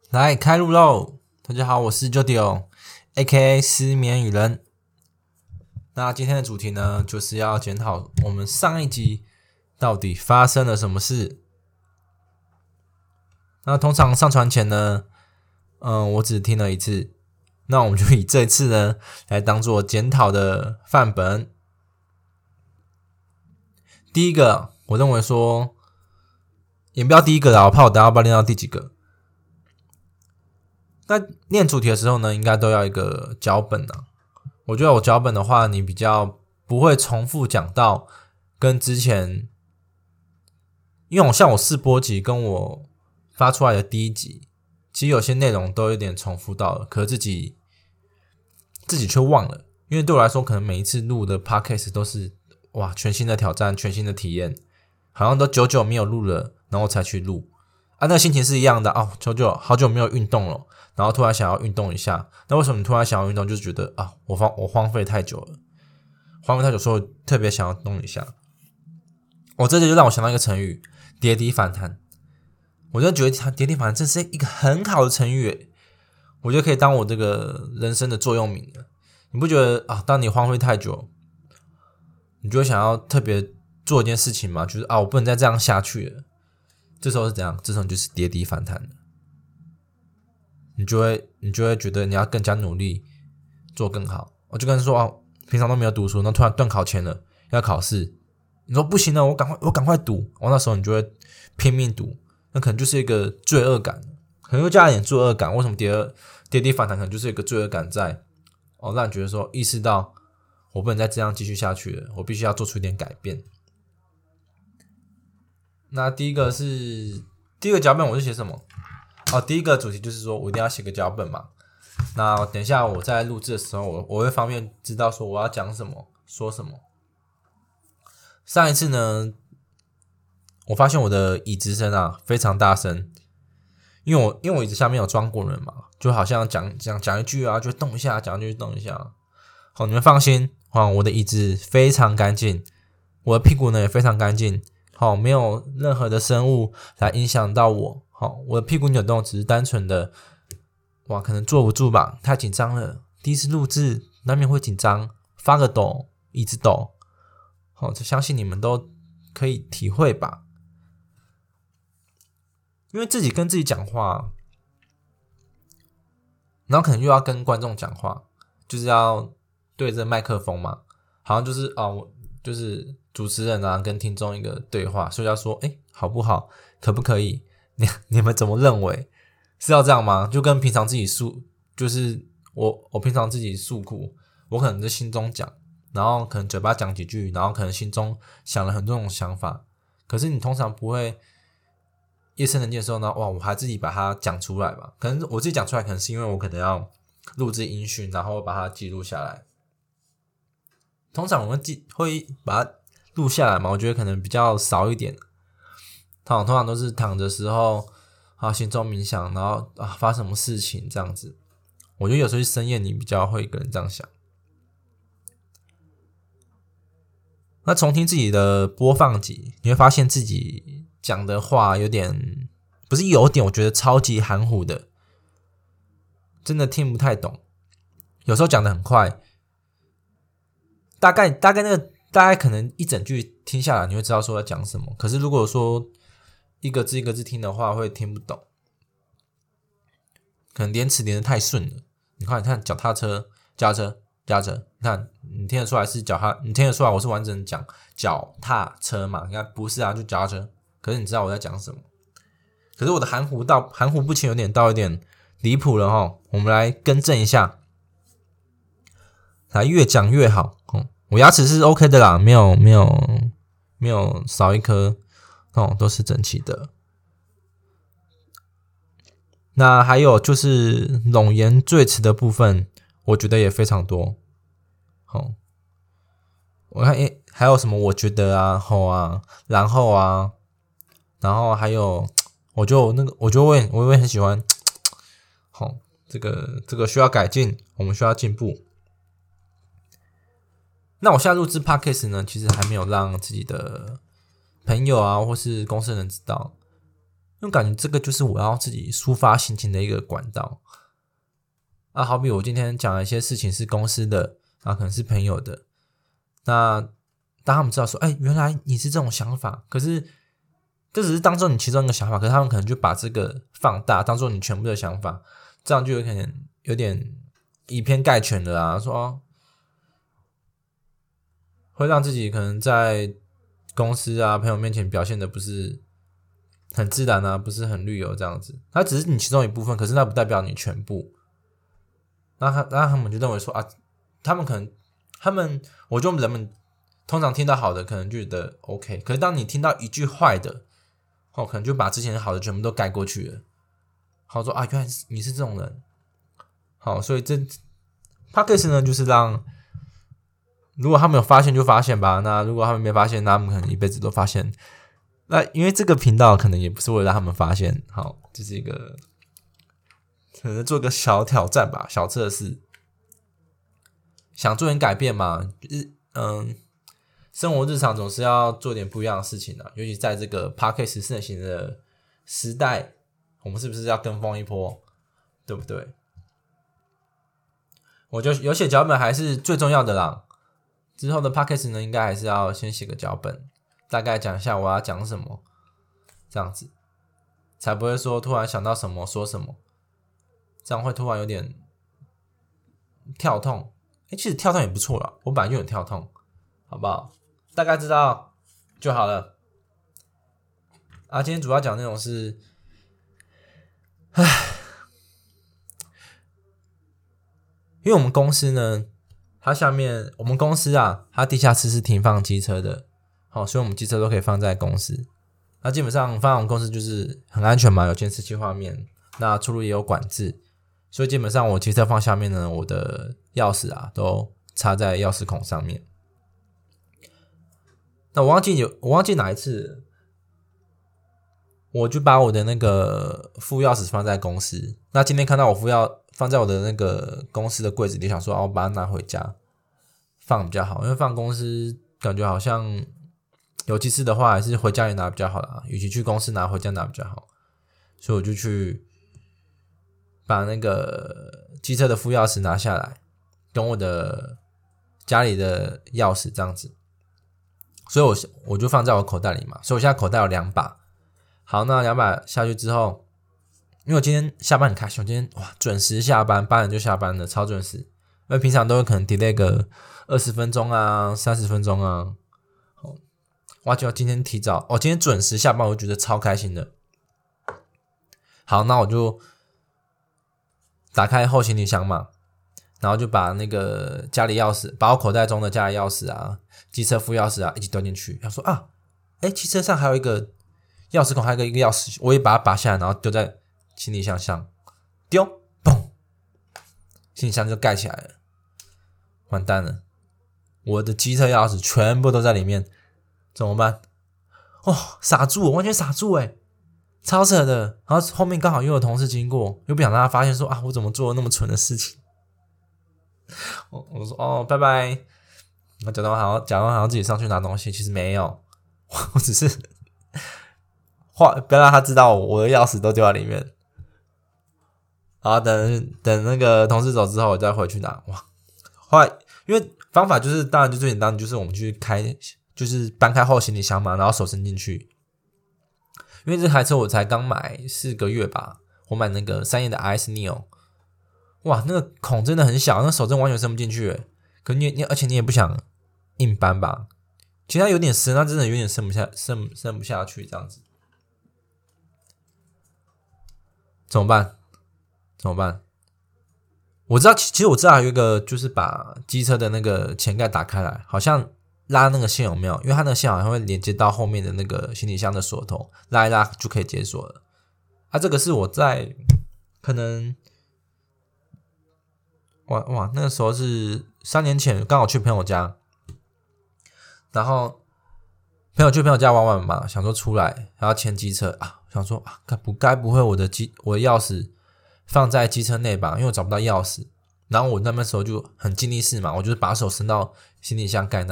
来开录喽！大家好，我是 Jodio，A.K.A 失眠与人。那今天的主题呢，就是要检讨我们上一集到底发生了什么事。那通常上传前呢，我只听了一次，那我们就以这一次呢来当做检讨的范本。第一个，我认为说，也不要第一个啦，我怕我等下不知道练到第几个。那念主题的时候呢，应该都要一个脚本啊。我觉得有脚本的话，你比较不会重复讲到跟之前，因为我试播集跟我发出来的第一集，其实有些内容都有点重复到了，可是自己却忘了。因为对我来说，可能每一次录的 podcast 都是哇全新的挑战、全新的体验，好像都久没有录了，然后才去录啊，那个心情是一样的哦，好久没有运动了。然后突然想要运动一下，那为什么你突然想要运动？就是觉得啊，我荒废太久了，所以我特别想要动一下。这就让我想到一个成语——跌跌反弹。我就觉得跌跌反弹真是一个很好的成语，我觉得可以当我这个人生的座右铭了。你不觉得啊？当你荒废太久，你就会想要特别做一件事情吗？就是啊，我不能再这样下去了。这时候是怎样？这时候就是跌跌反弹了。你就会觉得你要更加努力做更好。我就跟说哦，平常都没有读书，那突然段考前了要考试，你说不行了，我赶快读。那时候你就会拼命读，那可能就是一个罪恶感，可能会加一点罪恶感。为什么跌跌反弹？可能就是一个罪恶感在让你觉得说意识到我不能再这样继续下去了，我必须要做出一点改变。那第一个脚本我是写什么？第一个主题就是说我一定要写个脚本嘛。那等一下我在录制的时候，我会方便知道说我要讲什么，说什么。上一次呢，我发现我的椅子声啊非常大声，因为我椅子下面有装过人嘛，就好像讲一句啊就动一下，讲一句动一下。好，你们放心，我的椅子非常干净，我的屁股呢也非常干净，好，没有任何的生物来影响到我。好，我的屁股扭动只是单纯的，可能坐不住吧，太紧张了。第一次录制难免会紧张，发个抖，一直抖。好，相信你们都可以体会吧。因为自己跟自己讲话，然后可能又要跟观众讲话，就是要对着麦克风嘛，好像就是就是主持人啊跟听众一个对话，所以要说，好不好，可不可以？你们怎么认为？是要这样吗？就跟平常自己就是我平常自己诉苦，我可能在心中讲，然后可能嘴巴讲几句，然后可能心中想了很多种想法，可是你通常不会夜深人静的时候呢，我还自己把它讲出来吧。可能我自己讲出来，可能是因为我可能要录制音讯，然后把它记录下来。通常我会把它录下来嘛，我觉得可能比较少一点。通常都是躺的时候心中冥想，然后发生什么事情这样子。我觉得有时候深夜你比较会一个人这样想。那重听自己的播放集，你会发现自己讲的话我觉得超级含糊的，真的听不太懂。有时候讲的很快，大概可能一整句听下来，你会知道说要讲什么。可是如果说一个字一个字听的话，会听不懂，可能连词连得太顺了。你看脚踏车，你看你听得出来是你听得出来我是完整讲脚踏车嘛？你看不是啊，就脚踏车。可是你知道我在讲什么？可是我的含糊不清，有点离谱了齁。我们来更正一下，来越讲越好。我牙齿是 OK 的啦，没有少一颗都是整齐的。那还有就是冗言赘词的部分，我觉得也非常多。我看还有什么我觉得然后还有我也很喜欢这个需要改进，我们需要进步。那我现在录制 podcast 呢，其实还没有让自己的朋友或是公司人知道。 因为感觉这个就是我要自己抒发心情的一个管道啊。好比我今天讲了一些事情是公司的啊，可能是朋友的，那当他们知道说，原来你是这种想法，可是这只是当做你其中一个想法，可是他们可能就把这个放大，当做你全部的想法，这样就有可能有点以偏概全的啊，说会让自己可能在公司啊朋友面前表现的不是很自然啊，不是很绿油这样子。它只是你其中一部分，可是那不代表你全部。那他们就认为说啊，我觉得人们通常听到好的可能就觉得 OK， 可是当你听到一句坏的，可能就把之前好的全部都盖过去了。好说啊，原来你是这种人。好，所以这 Podcast 呢，就是让如果他们有发现就发现吧，那如果他们没发现，那他们可能一辈子都发现。那因为这个频道可能也不是为了让他们发现，好，这是一个可能做个小挑战吧，小测试，想做点改变嘛，生活日常总是要做点不一样的事情啊，尤其在这个 Podcast 盛行的时代，我们是不是要跟风一波，对不对？我觉得有写脚本还是最重要的啦。之后的 Podcast 呢，应该还是要先写个脚本，大概讲一下我要讲什么，这样子才不会说突然想到什么说什么，这样会突然有点跳痛。其实跳痛也不错啦，我本来就有跳痛，好不好？大概知道就好了。啊，今天主要讲的内容是，因为我们公司呢，它下面我们公司啊，它地下室是停放机车的，好，所以我们机车都可以放在公司。那基本上放在我们公司就是很安全嘛，有监视器画面，那出入也有管制，所以基本上我机车放下面呢，我的钥匙啊都插在钥匙孔上面。那我忘记哪一次，我就把我的那个副钥匙放在公司。那今天看到我副钥放在我的那个公司的柜子里，想说我把它拿回家放比较好，因为放公司感觉好像有急事的话，还是回家里拿比较好啦，与其去公司拿，回家拿比较好。所以我就去把那个机车的副钥匙拿下来，跟我的家里的钥匙这样子。所以我就放在我口袋里嘛，所以我现在口袋有2把。好，那2把下去之后，因为我今天下班很开心，我今天准时下班，8点就下班了，超准时。因为平常都有可能 delay 个20分钟啊，30分钟啊。就今天提早，今天准时下班，我就觉得超开心的。好，那我就打开后行李箱嘛，然后就把那个家里钥匙，把我口袋中的家里钥匙啊、机车副钥匙啊一起丢进去。他说汽车上还有一个钥匙孔，还有一个钥匙，我也把它拔下来，然后丢在行李箱上，丢，嘣，行李箱就盖起来了。完蛋了，我的机车钥匙全部都在里面，怎么办？傻住，我完全傻住超扯的。然后后面刚好又有同事经过，又不想让他发现说我怎么做了那么蠢的事情。我说拜拜。我假装好像自己上去拿东西，其实没有，我只是不要让他知道我的钥匙都丢在里面。然后等那个同事走之后，我再回去拿。后来因为方法就是当然就最简单的，就是我们去就是搬开后行李箱嘛，然后手伸进去。因为这台车我才刚买4个月吧，我买那个3叶的 RS Neo， 那个孔真的很小，那手真完全伸不进去可而且你也不想硬搬吧，其实它有点深，它真的有点伸不下去这样子。怎么办？其实我知道还有一个，就是把机车的那个前盖打开来，好像拉那个线有没有？因为它那个线好像会连接到后面的那个行李箱的锁头，拉一拉就可以解锁了。这个是我在可能那个时候是3年前，刚好去朋友家，然后去朋友家玩嘛，想说出来还要牵机车想说该不会我的钥匙放在机车内吧，因为我找不到钥匙。然后我那时候就很尽力试嘛，我就是把手伸到行李箱盖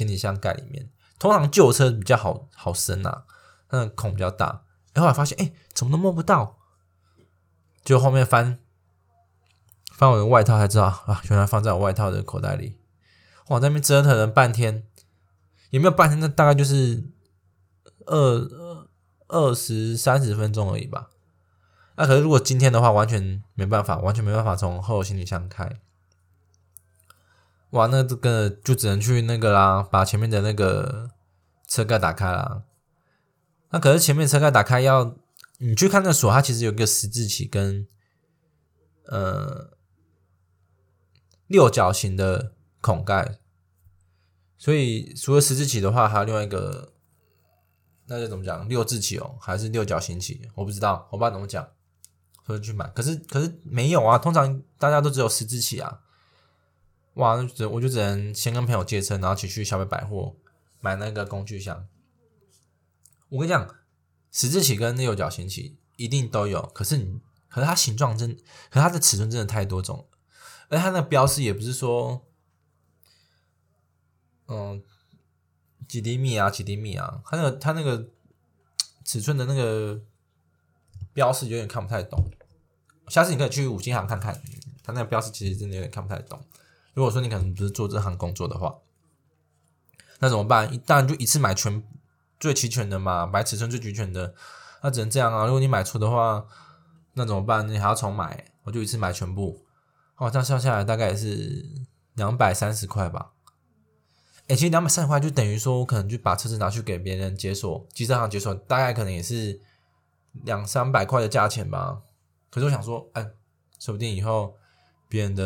里面。通常旧车比较好伸那个孔比较大。后来发现怎么都摸不到。就后面翻我的外套才知道啊，原来放在我外套的口袋里。哇，在那边折腾了半天，也没有半天，那大概就是20-30分钟而已吧。那可是如果今天的话，完全没办法从后行李箱开。哇，那这个就只能去那个啦，把前面的那个车盖打开啦。那可是前面车盖打开你去看那个锁，它其实有一个十字起跟六角形的孔盖，所以除了十字起的话，还有另外一个，那就怎么讲？六字起还是六角形起？我不知道怎么讲，所以去买。可是没有啊，通常大家都只有十字起啊。哇，我就只能先跟朋友借车，然后一起去小北百货买那个工具箱。我跟你讲，十字起跟六角形起一定都有，可是它形状可是它的尺寸真的太多种了，而它那个标示也不是说，几厘米啊，它那个尺寸的那个标示有点看不太懂。下次你可以去五金行看看，它那个标示其实真的有点看不太懂。如果说你可能不是做这行工作的话，那怎么办？当然就一次买最齐全的嘛，买尺寸最齐全的，那只能这样啊。如果你买错的话，那怎么办？你还要重买，我就一次买全部。这样算下来大概也是230块吧。其实230块就等于说，我可能就把车子拿去给别人解锁，机车行解锁，大概可能也是200-300块的价钱吧。可是我想说，说不定以后别人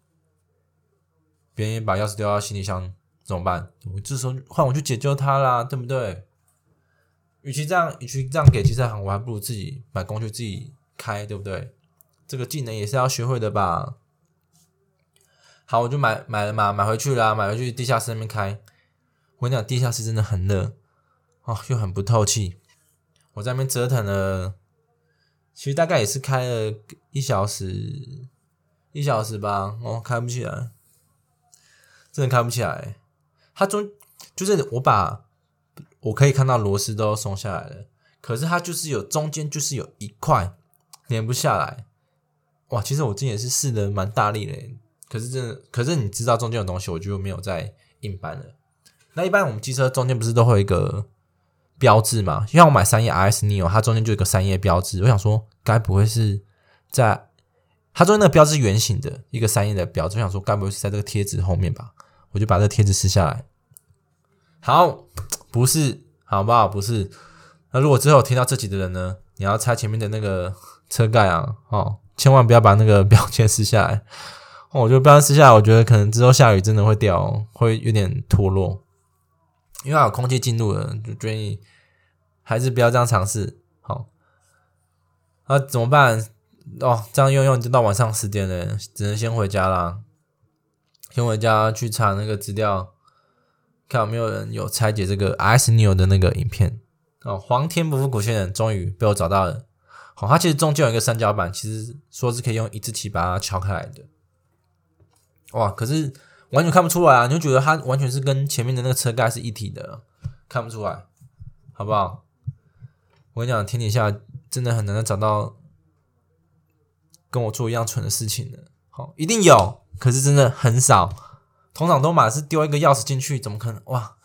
也把钥匙丢到行李箱怎么办？我这时候换我去解救他啦，对不对？与其这样给机车行，我还不如自己买工具自己开，对不对？这个技能也是要学会的吧。好，我就买了嘛，买回去啦，买回去地下室那边开。我跟你讲，地下室真的很热又很不透气。我在那边折腾了，其实大概也是开了1小时吧，开不起来。真的开不起来，它就是我可以看到螺丝都松下来了，可是它就是中间就是有一块连不下来。哇，其实我之前也是试的蛮大力的，可是你知道中间有东西，我就没有再硬搬了。那一般我们机车中间不是都会有一个标志嘛？像我买3叶 RS Neo， 它中间就有一个3叶标志，我想说该不会是在它中间那个标志圆形的一个3叶的标志，我想说该不会是在这个贴纸后面吧？我就把这个贴纸撕下来。好，不是，好不好？不是。那如果之后有听到这集的人呢，你要拆前面的那个车盖啊，千万不要把那个标签撕下来。我觉得标签撕下来，我觉得可能之后下雨真的会掉，会有点脱落，因为它有空气进入了，就建议还是不要这样尝试。好，那怎么办？这样用就到晚上10点了，只能先回家啦。先回家去查那个资料，看有没有人有拆解这个 RS Neo 的那个影片。黄天不负苦心人，终于被我找到了。它其实中间有一个三角板，其实说是可以用一字起把它敲开来的。哇，可是完全看不出来啊！你就觉得它完全是跟前面的那个车盖是一体的，看不出来，好不好？我跟你讲，天底下真的很难找到跟我做一样蠢的事情的。一定有，可是真的很少。通常都嘛是丢一个钥匙进去，怎么可能？哇，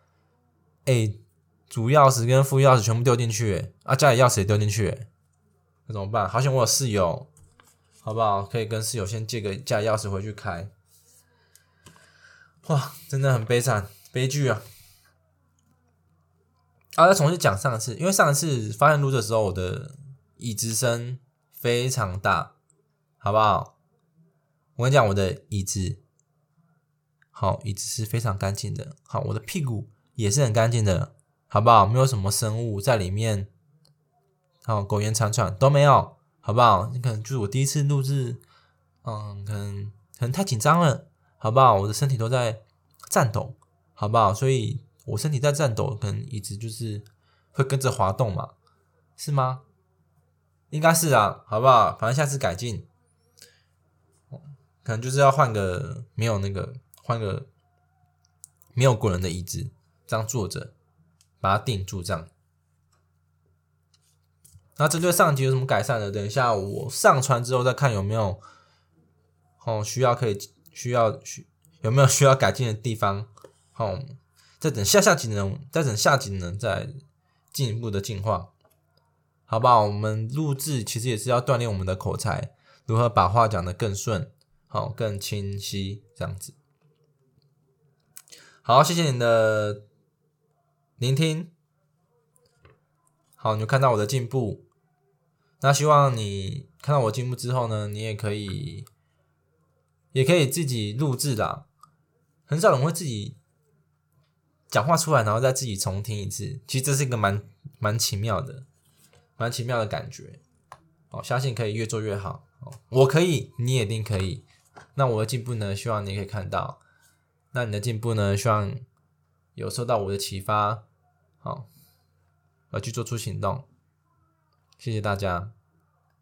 主钥匙跟副钥匙全部丢进去，家里钥匙也丢进去，那怎么办？好险我有室友，好不好？可以跟室友先借个家里钥匙回去开。哇，真的很悲惨，悲剧啊！再重新讲上一次，因为上一次发现录的时候，我的椅子声非常大，好不好？我跟你讲，我的椅子是非常干净的。好，我的屁股也是很干净的，好不好？没有什么生物在里面，苟延残喘都没有，好不好？可能就是我第一次录制，可能太紧张了，好不好？我的身体都在颤抖，好不好？所以我身体在颤抖，可能椅子就是会跟着滑动嘛，是吗？应该是啊，好不好？反正下次改进。可能就是要换个没有滚轮的椅子，这样坐着把它定住，这样。 那针对上集有什么改善的？等一下我上传之后再看有没有有没有需要改进的地方。再等下集呢，再进一步的进化，好不好？我们录制其实也是要锻炼我们的口才，如何把话讲得更顺，更清晰，这样子。好，谢谢你的聆听。好，你就看到我的进步。那希望你看到我进步之后呢，你也可以自己录制啦。很少人会自己讲话出来，然后再自己重听一次。其实这是一个蛮奇妙的感觉。相信可以越做越好。我可以，你也一定可以。那我的进步呢，希望你可以看到。那你的进步呢，希望有受到我的启发，而去做出行动。谢谢大家。